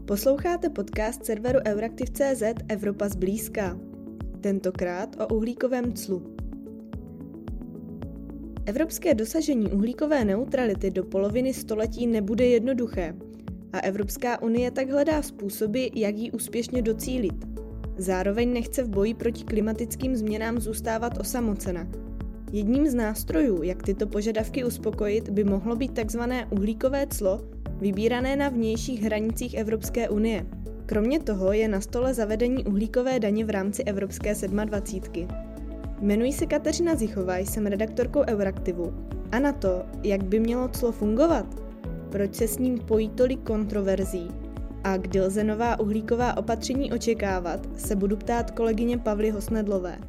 Posloucháte podcast serveru Euraktiv.cz Evropa zblízka. Tentokrát o uhlíkovém clu. Evropské dosažení uhlíkové neutrality do poloviny století nebude jednoduché a Evropská unie tak hledá způsoby, jak ji úspěšně docílit. Zároveň nechce v boji proti klimatickým změnám zůstávat osamocena. Jedním z nástrojů, jak tyto požadavky uspokojit, by mohlo být tzv. Uhlíkové clo, vybírané na vnějších hranicích Evropské unie. Kromě toho je na stole zavedení uhlíkové daně v rámci Evropské 27. Jmenuji se Kateřina Zichová, jsem redaktorkou Euraktivu. A na to, jak by mělo clo fungovat, proč se s ním pojí tolik kontroverzí a kdy lze nová uhlíková opatření očekávat, se budu ptát kolegyně Pavly Hosnedlové.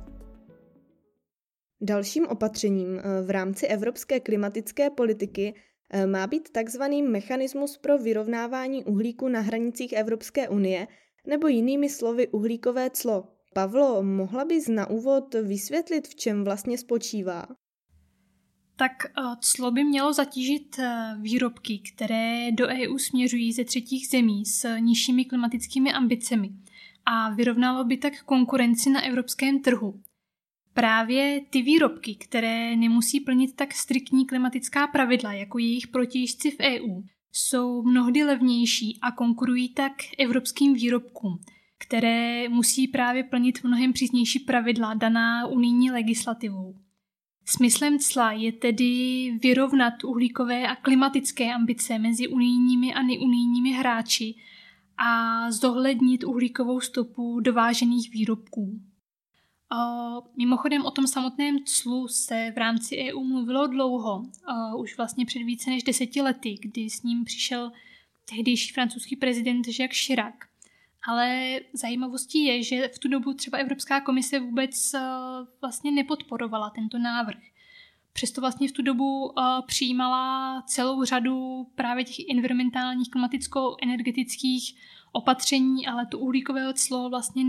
Dalším opatřením v rámci evropské klimatické politiky má být takzvaný mechanismus pro vyrovnávání uhlíku na hranicích Evropské unie, nebo jinými slovy uhlíkové clo. Pavlo, mohla bys na úvod vysvětlit, v čem vlastně spočívá? Tak clo by mělo zatížit výrobky, které do EU směřují ze třetích zemí s nižšími klimatickými ambicemi a vyrovnalo by tak konkurenci na evropském trhu. Právě ty výrobky, které nemusí plnit tak striktní klimatická pravidla jako jejich protějšci v EU, jsou mnohdy levnější a konkurují tak evropským výrobkům, které musí právě plnit mnohem přísnější pravidla daná unijní legislativou. Smyslem cla je tedy vyrovnat uhlíkové a klimatické ambice mezi unijními a neunijními hráči a zohlednit uhlíkovou stopu dovážených výrobků. Mimochodem o tom samotném clu se v rámci EU mluvilo dlouho, už vlastně před více než 10 lety, kdy s ním přišel tehdejší francouzský prezident Jacques Chirac. Ale zajímavostí je, že v tu dobu třeba Evropská komise vůbec vlastně nepodporovala tento návrh. Přesto vlastně v tu dobu přijímala celou řadu právě těch environmentálních klimaticko-energetických opatření, ale to uhlíkové clo vlastně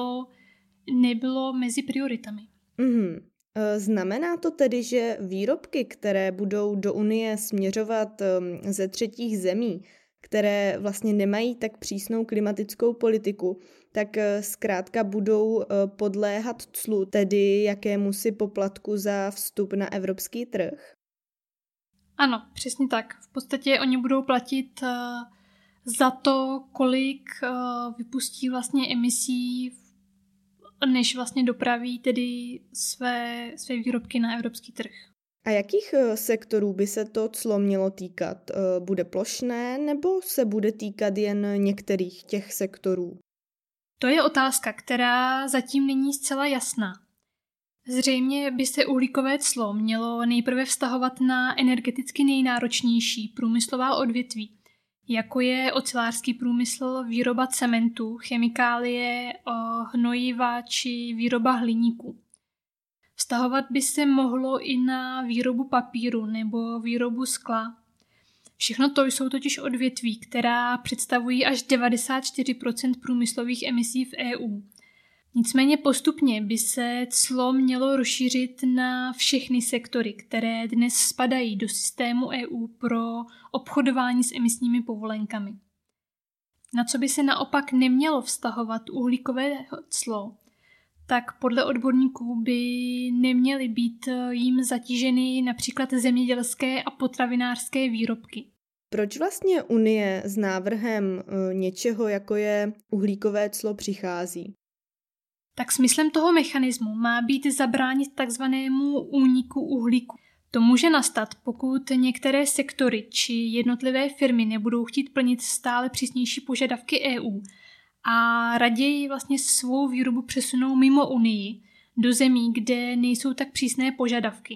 nebylo mezi prioritami. Znamená to tedy, že výrobky, které budou do Unie směřovat ze třetích zemí, které vlastně nemají tak přísnou klimatickou politiku, tak zkrátka budou podléhat clu, tedy jakémusi poplatku za vstup na evropský trh? Ano, přesně tak. V podstatě oni budou platit za to, kolik vypustí vlastně emisí, než vlastně dopraví tedy své výrobky na evropský trh. A jakých sektorů by se to clo mělo týkat? Bude plošné nebo se bude týkat jen některých těch sektorů? To je otázka, která zatím není zcela jasná. Zřejmě by se uhlíkové clo mělo nejprve vztahovat na energeticky nejnáročnější průmyslová odvětví, jako je ocelářský průmysl, výroba cementu, chemikálie, hnojiva či výroba hliníku. Vztahovat by se mohlo i na výrobu papíru nebo výrobu skla. Všechno to jsou totiž odvětví, která představují až 94% průmyslových emisí v EU. Nicméně postupně by se clo mělo rozšířit na všechny sektory, které dnes spadají do systému EU pro obchodování s emisními povolenkami. Na co by se naopak nemělo vztahovat uhlíkové clo, tak podle odborníků by neměly být jím zatíženy například zemědělské a potravinářské výrobky. Proč vlastně Unie s návrhem něčeho, jako je uhlíkové clo, přichází? Tak smyslem toho mechanismu má být zabránit takzvanému úniku uhlíku. To může nastat, pokud některé sektory či jednotlivé firmy nebudou chtít plnit stále přísnější požadavky EU a raději vlastně svou výrobu přesunou mimo Unii, do zemí, kde nejsou tak přísné požadavky.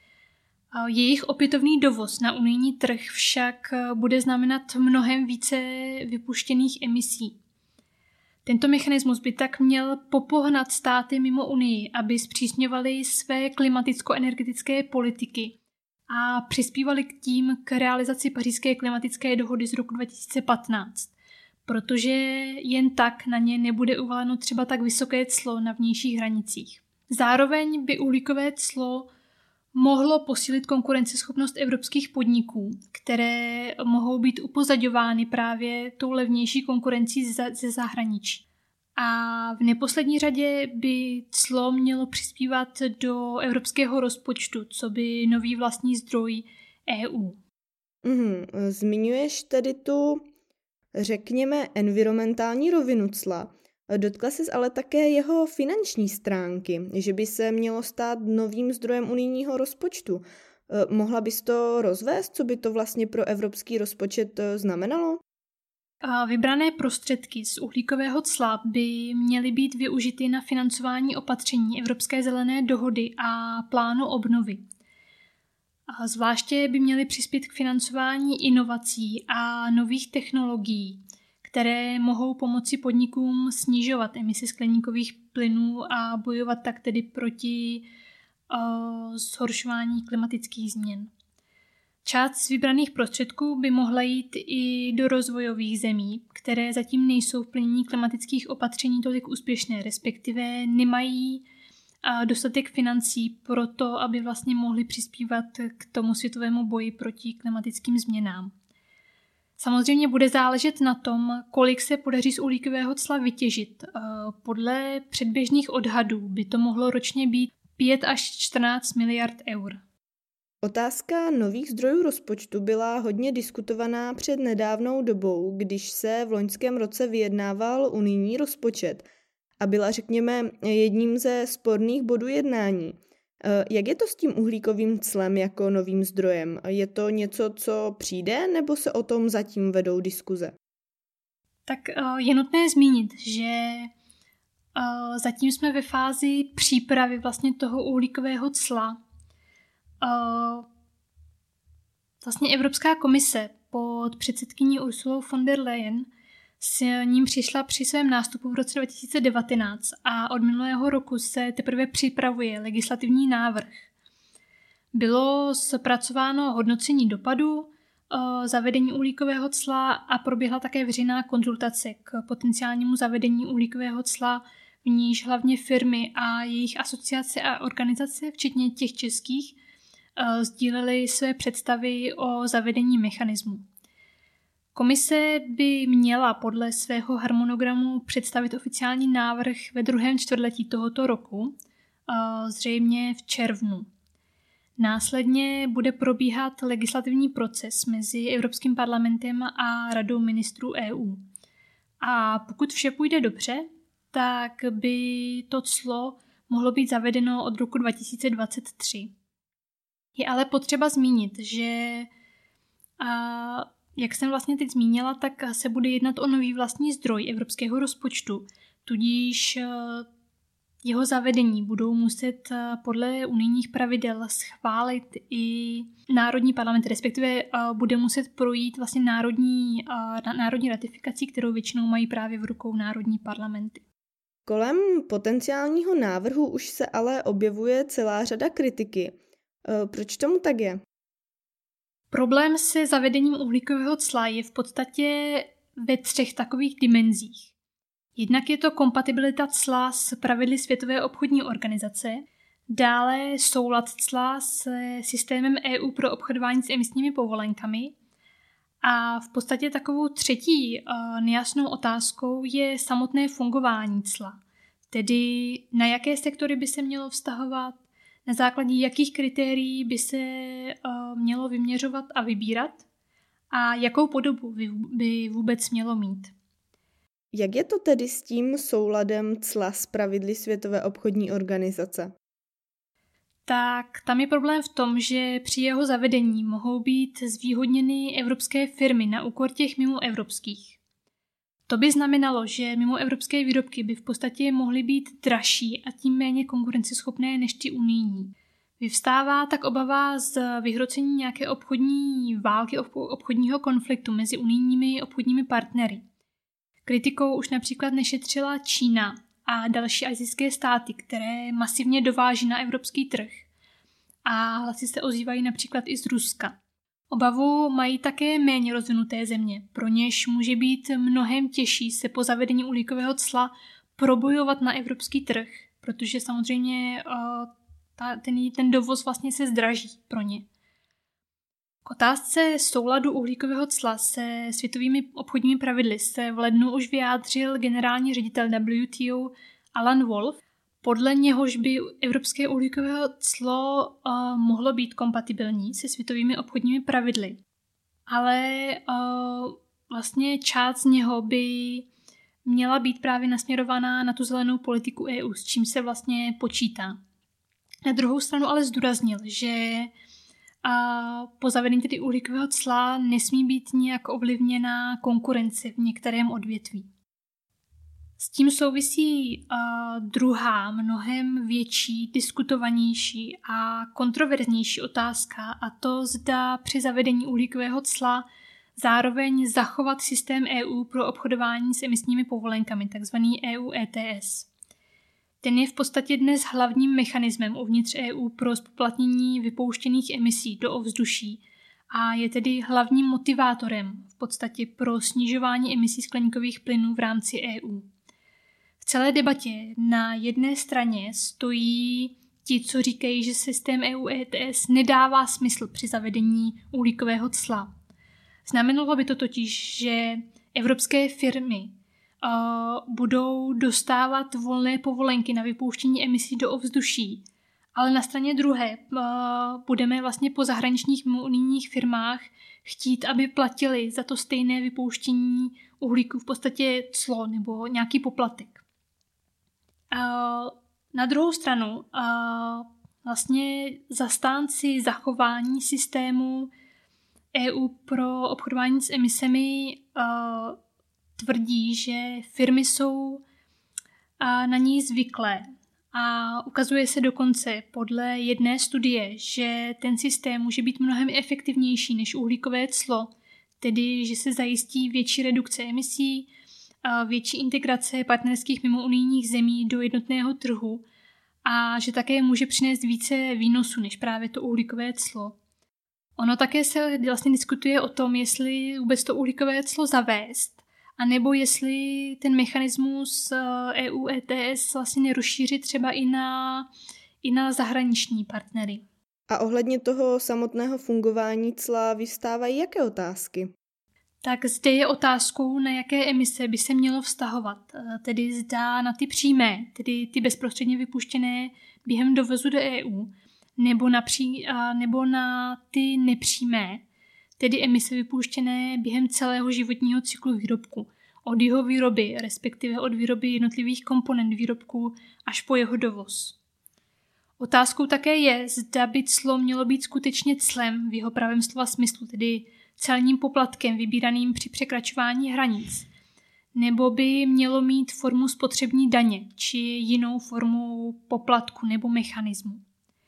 Jejich opětovný dovoz na unijní trh však bude znamenat mnohem více vypuštěných emisí. Tento mechanismus by tak měl popohnat státy mimo Unii, aby zpřísňovaly své klimaticko-energetické politiky a přispívali tím k realizaci Pařížské klimatické dohody z roku 2015, protože jen tak na ně nebude uvaleno třeba tak vysoké clo na vnějších hranicích. Zároveň by uhlíkové clo mohlo posílit konkurenceschopnost evropských podniků, které mohou být upozaďovány právě tou levnější konkurencí ze zahraničí. A v neposlední řadě by clo mělo přispívat do evropského rozpočtu, co by nový vlastní zdroj EU. Zmiňuješ tedy tu, řekněme, environmentální rovinu cla. Dotkla ses ale také jeho finanční stránky, že by se mělo stát novým zdrojem unijního rozpočtu. Mohla bys to rozvést, co by to vlastně pro evropský rozpočet znamenalo? Vybrané prostředky z uhlíkového cla by měly být využity na financování opatření Evropské zelené dohody a plánu obnovy. A zvláště by měly přispět k financování inovací a nových technologií, které mohou pomoci podnikům snižovat emise skleníkových plynů a bojovat tak tedy proti zhoršování klimatických změn. Část z vybraných prostředků by mohla jít i do rozvojových zemí, které zatím nejsou v plnění klimatických opatření tolik úspěšné, respektive nemají dostatek financí pro to, aby vlastně mohli přispívat k tomu světovému boji proti klimatickým změnám. Samozřejmě bude záležet na tom, kolik se podaří z uhlíkového cla vytěžit. Podle předběžných odhadů by to mohlo ročně být 5 až 14 miliard eur. Otázka nových zdrojů rozpočtu byla hodně diskutovaná před nedávnou dobou, když se v loňském roce vyjednával unijní rozpočet a byla, řekněme, jedním ze sporných bodů jednání. Jak je to s tím uhlíkovým clem jako novým zdrojem? Je to něco, co přijde, nebo se o tom zatím vedou diskuze? Tak je nutné zmínit, že zatím jsme ve fázi přípravy vlastně toho uhlíkového cla. Vlastně Evropská komise pod předsedkyní Ursulou von der Leyen s ním přišla při svém nástupu v roce 2019 a od minulého roku se teprve připravuje legislativní návrh. Bylo zpracováno hodnocení dopadu zavedení uhlíkového cla a proběhla také veřejná konzultace k potenciálnímu zavedení uhlíkového cla, v níž hlavně firmy a jejich asociace a organizace, včetně těch českých, sdílely své představy o zavedení mechanismu. Komise by měla podle svého harmonogramu představit oficiální návrh ve druhém čtvrtletí tohoto roku, zřejmě v červnu. Následně bude probíhat legislativní proces mezi Evropským parlamentem a Radou ministrů EU. A pokud vše půjde dobře, tak by to clo mohlo být zavedeno od roku 2023. Je ale potřeba zmínit, že jak jsem vlastně teď zmínila, tak se bude jednat o nový vlastní zdroj evropského rozpočtu, tudíž jeho zavedení budou muset podle unijních pravidel schválit i národní parlament, respektive bude muset projít vlastně národní ratifikací, kterou většinou mají právě v rukou národní parlamenty. Kolem potenciálního návrhu už se ale objevuje celá řada kritiky. Proč tomu tak je? Problém se zavedením uhlíkového cla je v podstatě ve 3 takových dimenzích. Jednak je to kompatibilita cla s pravidly Světové obchodní organizace, dále soulad cla s systémem EU pro obchodování s emisními povolenkami a v podstatě takovou třetí nejasnou otázkou je samotné fungování cla, tedy na jaké sektory by se mělo vztahovat, na základě jakých kritérií by se mělo vyměřovat a vybírat a jakou podobu by vůbec mělo mít. Jak je to tedy s tím souladem cla s pravidly Světové obchodní organizace? Tak tam je problém v tom, že při jeho zavedení mohou být zvýhodněny evropské firmy na úkor těch mimoevropských. To by znamenalo, že mimoevropské výrobky by v podstatě mohly být dražší a tím méně konkurenceschopné než ty unijní. Vyvstává tak obava z vyhrocení nějaké obchodní války, obchodního konfliktu mezi unijními obchodními partnery. Kritikou už například nešetřila Čína a další asijské státy, které masivně dováží na evropský trh. A hlasy se ozývají například i z Ruska. Obavu mají také méně rozvinuté země, pro něž může být mnohem těžší se po zavedení uhlíkového cla probojovat na evropský trh, protože samozřejmě ten dovoz vlastně se zdraží pro ně. K otázce souladu uhlíkového cla se světovými obchodními pravidly se v lednu už vyjádřil generální ředitel WTO Alan Wolf. Podle něhož by evropské uhlíkové clo mohlo být kompatibilní se světovými obchodními pravidly. Ale vlastně část z něho by měla být právě nasměrovaná na tu zelenou politiku EU, s čím se vlastně počítá. Na druhou stranu ale zdůraznil, že po zavedení tedy uhlíkového cla nesmí být nijak ovlivněna konkurence v některém odvětví. S tím souvisí druhá, mnohem větší, diskutovanější a kontroverznější otázka, a to zda při zavedení uhlíkového cla zároveň zachovat systém EU pro obchodování s emisními povolenkami, takzvaný EU ETS. Ten je v podstatě dnes hlavním mechanismem uvnitř EU pro zpoplatnění vypouštěných emisí do ovzduší a je tedy hlavním motivátorem v podstatě pro snižování emisí skleníkových plynů v rámci EU. V celé debatě na jedné straně stojí ti, co říkají, že systém EU ETS nedává smysl při zavedení uhlíkového cla. Znamenalo by to totiž, že evropské firmy budou dostávat volné povolenky na vypouštění emisí do ovzduší, ale na straně druhé budeme vlastně po zahraničních unijních firmách chtít, aby platili za to stejné vypouštění uhlíku v podstatě clo nebo nějaký poplatek. Na druhou stranu vlastně zastánci zachování systému EU pro obchodování s emisemi tvrdí, že firmy jsou na ní zvyklé a ukazuje se dokonce podle jedné studie, že ten systém může být mnohem efektivnější než uhlíkové clo, tedy že se zajistí větší redukce emisí, větší integrace partnerských mimounijních zemí do jednotného trhu a že také může přinést více výnosů než právě to uhlíkové clo. Ono také se vlastně diskutuje o tom, jestli vůbec to uhlíkové clo zavést, anebo jestli ten mechanismus EU ETS vlastně nerozšířit třeba i na zahraniční partnery. A ohledně toho samotného fungování cla vyvstávají jaké otázky? Tak zde je otázkou, na jaké emise by se mělo vztahovat, tedy zda na ty přímé, tedy ty bezprostředně vypuštěné během dovozu do EU, nebo na ty nepřímé, tedy emise vypuštěné během celého životního cyklu výrobku, od jeho výroby, respektive od výroby jednotlivých komponent výrobku až po jeho dovoz. Otázkou také je, zda by clo mělo být skutečně clem v jeho pravém slova smyslu, tedy celním poplatkem vybíraným při překračování hranic, nebo by mělo mít formu spotřební daně či jinou formu poplatku nebo mechanismu.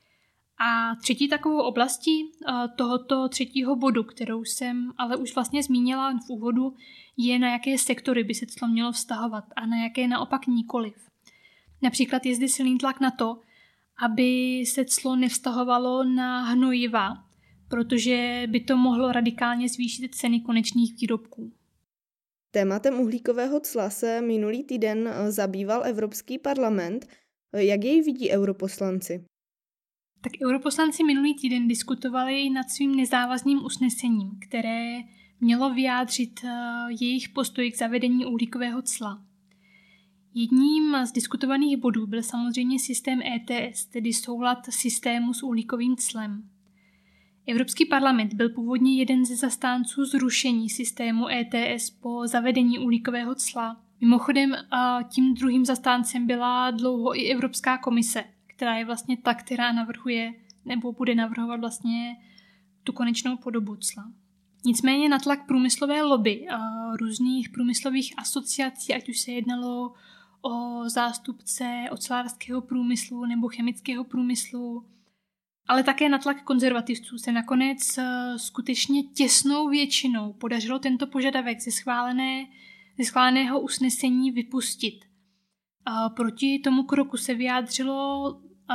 A třetí takovou oblastí tohoto třetího bodu, kterou jsem ale už vlastně zmínila v úvodu, je, na jaké sektory by se clo mělo vztahovat a na jaké naopak nikoliv. Například je zde silný tlak na to, aby se clo nevztahovalo na hnojiva, protože by to mohlo radikálně zvýšit ceny konečných výrobků. Tématem uhlíkového cla se minulý týden zabýval Evropský parlament. Jak jej vidí europoslanci? Tak europoslanci minulý týden diskutovali nad svým nezávazným usnesením, které mělo vyjádřit jejich postoj k zavedení uhlíkového cla. Jedním z diskutovaných bodů byl samozřejmě systém ETS, tedy soulad systému s uhlíkovým clem. Evropský parlament byl původně jeden ze zastánců zrušení systému ETS po zavedení uhlíkového cla. Mimochodem tím druhým zastáncem byla dlouho i Evropská komise, která je vlastně ta, která navrhuje nebo bude navrhovat vlastně tu konečnou podobu cla. Nicméně na tlak průmyslové lobby a různých průmyslových asociací, ať už se jednalo o zástupce ocelářského průmyslu nebo chemického průmyslu, ale také na tlak konzervativců se nakonec skutečně těsnou většinou podařilo tento požadavek ze schváleného usnesení vypustit. Proti tomu kroku se vyjádřilo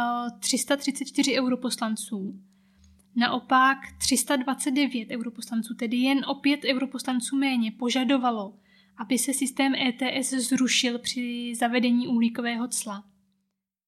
334 europoslanců. Naopak 329 europoslanců, tedy jen o 5 europoslanců méně, požadovalo, aby se systém ETS zrušil při zavedení uhlíkového cla.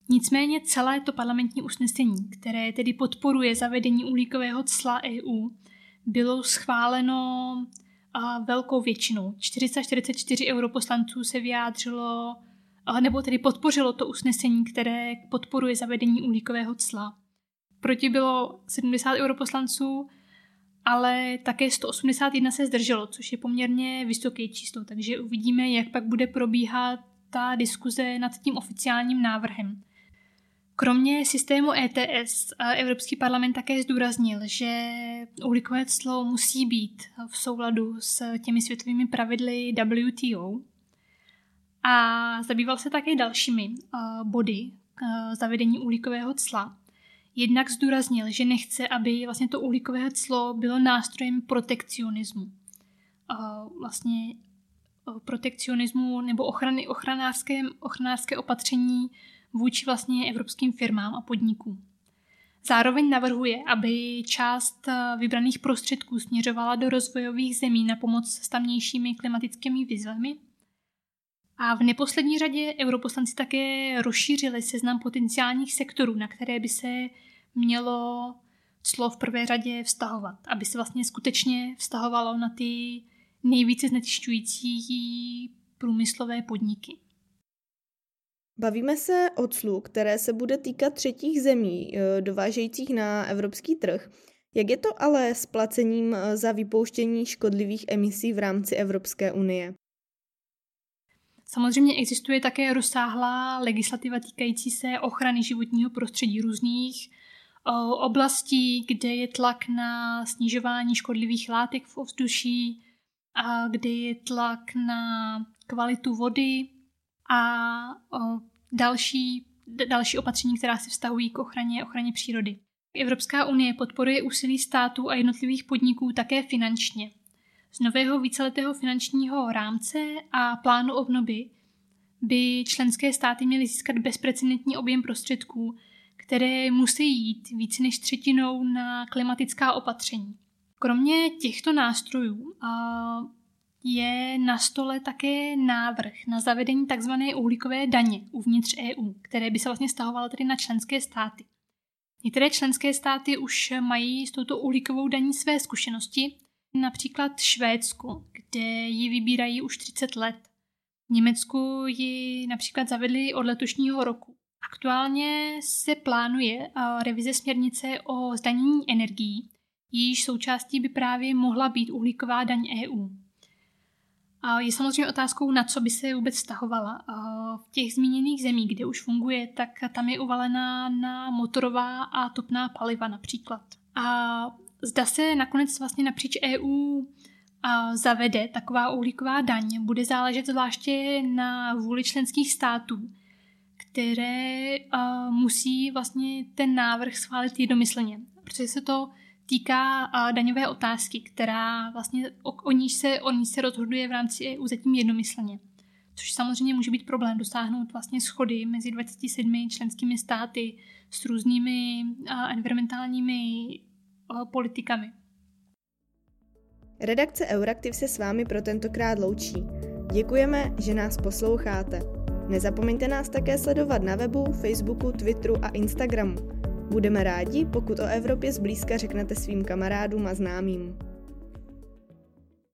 Nicméně celé to parlamentní usnesení, které tedy podporuje zavedení uhlíkového cla EU, bylo schváleno velkou většinou. 444 europoslanců se vyjádřilo, nebo tedy podpořilo to usnesení, které podporuje zavedení uhlíkového cla. Proti bylo 70 europoslanců, ale také 181 se zdrželo, což je poměrně vysoké číslo, takže uvidíme, jak pak bude probíhat ta diskuze nad tím oficiálním návrhem. Kromě systému ETS Evropský parlament také zdůraznil, že uhlíkové clo musí být v souladu s těmi světovými pravidly WTO a zabýval se také dalšími body zavedení uhlíkového cla. Jednak zdůraznil, že nechce, aby vlastně to uhlíkové clo bylo nástrojem protekcionismu. Vlastně protekcionismu nebo ochranářské opatření vůči vlastně evropským firmám a podnikům. Zároveň navrhuje, aby část vybraných prostředků směřovala do rozvojových zemí na pomoc s tamnějšími klimatickými výzvami. A v neposlední řadě europoslanci také rozšířili seznam potenciálních sektorů, na které by se mělo clo v prvé řadě vztahovat, aby se vlastně skutečně vztahovalo na ty nejvíce znečišťující průmyslové podniky. Bavíme se o clu, které se bude týkat třetích zemí dovážejících na evropský trh. Jak je to ale s placením za vypouštění škodlivých emisí v rámci Evropské unie? Samozřejmě existuje také rozsáhlá legislativa týkající se ochrany životního prostředí různých oblastí, kde je tlak na snižování škodlivých látek v ovzduší, a kde je tlak na kvalitu vody a další opatření, která se vztahují k ochraně přírody. Evropská unie podporuje úsilí států a jednotlivých podniků také finančně. Z nového víceletého finančního rámce a plánu obnovy by členské státy měly získat bezprecedentní objem prostředků, které musí jít více než třetinou na klimatická opatření. Kromě těchto nástrojů je na stole také návrh na zavedení tzv. Uhlíkové daně uvnitř EU, které by se vlastně vztahovaly tedy na členské státy. Některé členské státy už mají s touto uhlíkovou daní své zkušenosti, například Švédsko, kde ji vybírají už 30 let. V Německu ji například zavedli od letošního roku. Aktuálně se plánuje revize směrnice o zdanění energií, jejíž součástí by právě mohla být uhlíková daň EU. Je samozřejmě otázkou, na co by se vůbec vztahovala. V těch zmíněných zemích, kde už funguje, tak tam je uvalená na motorová a topná paliva například. A zda se nakonec vlastně napříč EU zavede taková uhlíková daň, bude záležet zvláště na vůli členských států, které musí vlastně ten návrh schválit jednomyslně, protože se to týká daňové otázky, která vlastně o níž se rozhoduje v rámci EU zatím jednomyslně. Což samozřejmě může být problém dosáhnout vlastně shody mezi 27 členskými státy s různými environmentálními politikami. Redakce Euraktiv se s vámi pro tentokrát loučí. Děkujeme, že nás posloucháte. Nezapomeňte nás také sledovat na webu, Facebooku, Twitteru a Instagramu. Budeme rádi, pokud o Evropě zblízka řeknete svým kamarádům a známým.